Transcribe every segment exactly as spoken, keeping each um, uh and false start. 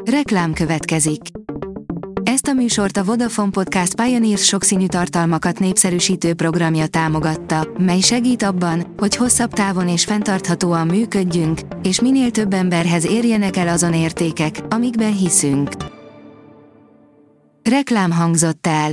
Reklám következik. Ezt a műsort a Vodafone Podcast Pioneers sokszínű tartalmakat népszerűsítő programja támogatta, mely segít abban, hogy hosszabb távon és fenntarthatóan működjünk, és minél több emberhez érjenek el azon értékek, amikben hiszünk. Reklám hangzott el.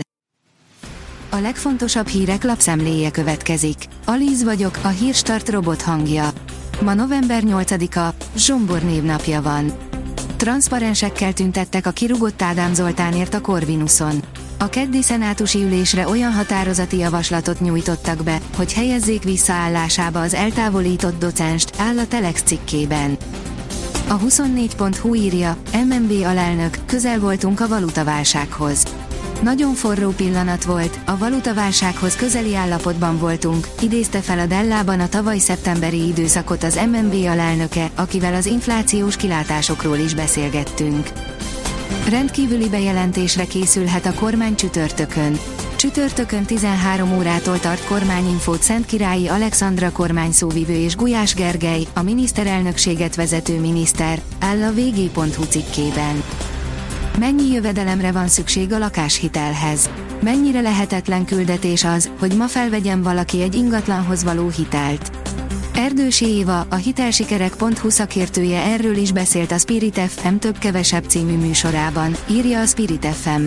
A legfontosabb hírek lapszemléje következik. Alíz vagyok, a Hírstart robot hangja. Ma november nyolcadika, Zsombor névnapja van. Transzparensekkel tüntettek a kirúgott Ádám Zoltánért a Corvinuson. A keddi szenátusi ülésre olyan határozati javaslatot nyújtottak be, hogy helyezzék vissza állásába az eltávolított docenst, áll a Telex cikkében. A huszonnégy pont hu írja, em en bé alelnök, közel voltunk a valutaválsághoz. Nagyon forró pillanat volt, a valutaválsághoz közeli állapotban voltunk, idézte fel a Dellában a tavaly szeptemberi időszakot az em en bé alelnöke, akivel az inflációs kilátásokról is beszélgettünk. Rendkívüli bejelentésre készülhet a kormány csütörtökön. Csütörtökön tizenhárom órától tart kormányinfót Szentkirályi Alexandra kormányszóvivő és Gulyás Gergely, a miniszterelnökséget vezető miniszter, áll a vé gé pont hu cikkében. Mennyi jövedelemre van szükség a lakáshitelhez? Mennyire lehetetlen küldetés az, hogy ma felvegyen valaki egy ingatlanhoz való hitelt? Erdősi Éva, a hitelsikerek pont hu szakértője erről is beszélt a Spirit ef em több-kevesebb című műsorában, írja a Spirit ef em.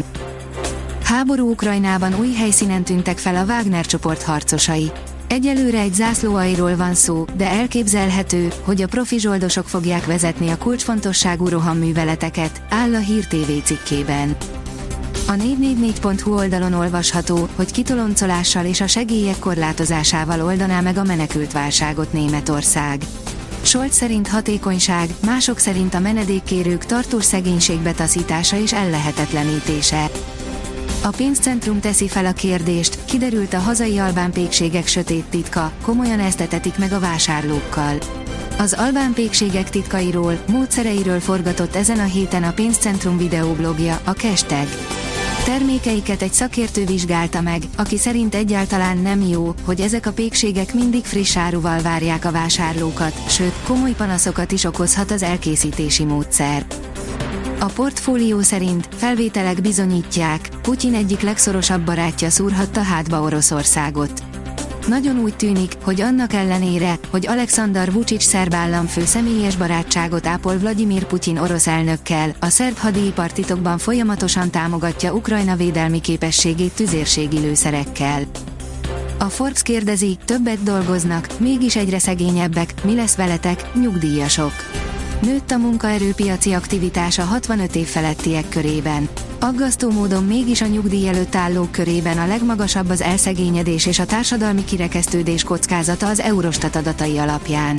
Háború Ukrajnában új helyszínen tűntek fel a Wagner csoport harcosai. Egyelőre egy zászlóaljról van szó, de elképzelhető, hogy a profi zsoldosok fogják vezetni a kulcsfontosságú rohamműveleteket, áll a Hír té vé cikkében. A négy négy négy pont hu oldalon olvasható, hogy kitoloncolással és a segélyek korlátozásával oldaná meg a menekültválságot Németország. Scholz szerint hatékonyság, mások szerint a menedékkérők tartós szegénységbe taszítása és ellehetetlenítése. A pénzcentrum teszi fel a kérdést, kiderült a hazai albán pékségek sötét titka, komolyan ezt etetik meg a vásárlókkal. Az albán pékségek titkairól, módszereiről forgatott ezen a héten a pénzcentrum videóblogja, a Hashtag. Termékeiket egy szakértő vizsgálta meg, aki szerint egyáltalán nem jó, hogy ezek a pékségek mindig friss áruval várják a vásárlókat, sőt, komoly panaszokat is okozhat az elkészítési módszer. A portfólió szerint felvételek bizonyítják, Putyin egyik legszorosabb barátja szúrhatta hátba Oroszországot. Nagyon úgy tűnik, hogy annak ellenére, hogy Alexander Vučić szerb államfő személyes barátságot ápol Vladimir Putyin orosz elnökkel, a szerb hadiipartitokban folyamatosan támogatja Ukrajna védelmi képességét tüzérségi lőszerekkel. A Forbes kérdezi, többet dolgoznak, mégis egyre szegényebbek, mi lesz veletek, nyugdíjasok? Nőtt a munkaerőpiaci aktivitás a hatvanöt év felettiek körében. Aggasztó módon mégis a nyugdíj előtt állók körében a legmagasabb az elszegényedés és a társadalmi kirekesztődés kockázata az Eurostat adatai alapján.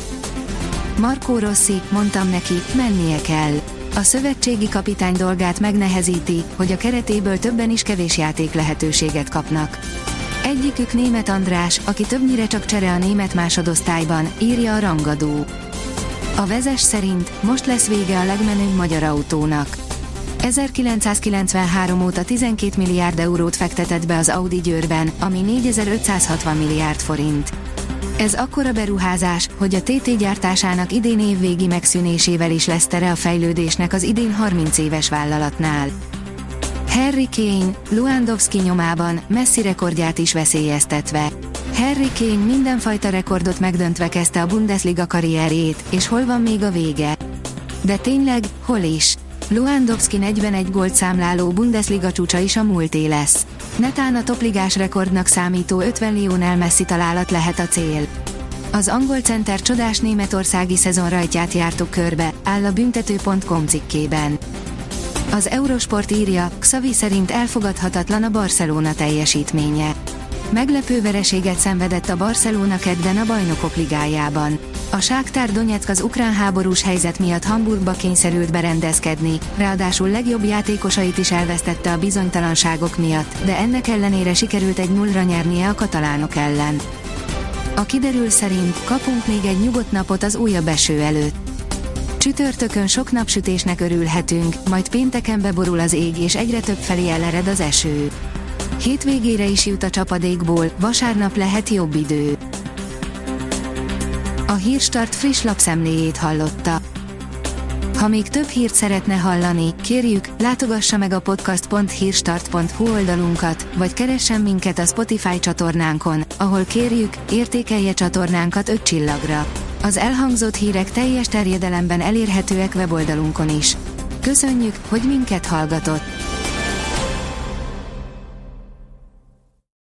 Marco Rossi, mondtam neki, mennie kell. A szövetségi kapitány dolgát megnehezíti, hogy a keretéből többen is kevés játék lehetőséget kapnak. Egyikük Németh András, aki többnyire csak csere a német másodosztályban, írja a Rangadó. A Vezes szerint most lesz vége a legmenőbb magyar autónak. ezerkilencszázkilencvenhárom óta tizenkét milliárd eurót fektetett be az Audi Győrben, ami négyezer-ötszázhatvan milliárd forint. Ez akkora beruházás, hogy a té té gyártásának idén évvégi megszűnésével is lesz tere a fejlődésnek az idén harminc éves vállalatnál. Harry Kane, Lewandowski nyomában, Messi rekordját is veszélyeztetve. Harry Kane mindenfajta rekordot megdöntve kezdte a Bundesliga karrierjét, és hol van még a vége? De tényleg, hol is? Lewandowski negyvenegy gólt számláló Bundesliga csúcsa is a múlté lesz. Netán a topligás rekordnak számító ötven Lionel Messi találat lehet a cél. Az angol center csodás németországi szezonrajtját jártuk körbe, áll a büntető pont com cikkében. Az Eurosport írja, Xavi szerint elfogadhatatlan a Barcelona teljesítménye. Meglepő vereséget szenvedett a Barcelona kedden a Bajnokok Ligájában. A Sáktár Donyeck az ukrán háborús helyzet miatt Hamburgba kényszerült berendezkedni, ráadásul legjobb játékosait is elvesztette a bizonytalanságok miatt, de ennek ellenére sikerült egy nullra nyernie a katalánok ellen. A kiderül szerint kapunk még egy nyugodt napot az újabb eső előtt. Csütörtökön sok napsütésnek örülhetünk, majd pénteken beborul az ég és egyre több felé elered az eső. Hétvégére is jut a csapadékból, vasárnap lehet jobb idő. A Hírstart friss lapszemléjét hallotta. Ha még több hírt szeretne hallani, kérjük, látogassa meg a podcast pont hírstart pont hu oldalunkat, vagy keressen minket a Spotify csatornánkon, ahol kérjük, értékelje csatornánkat öt csillagra. Az elhangzott hírek teljes terjedelemben elérhetőek weboldalunkon is. Köszönjük, hogy minket hallgatott!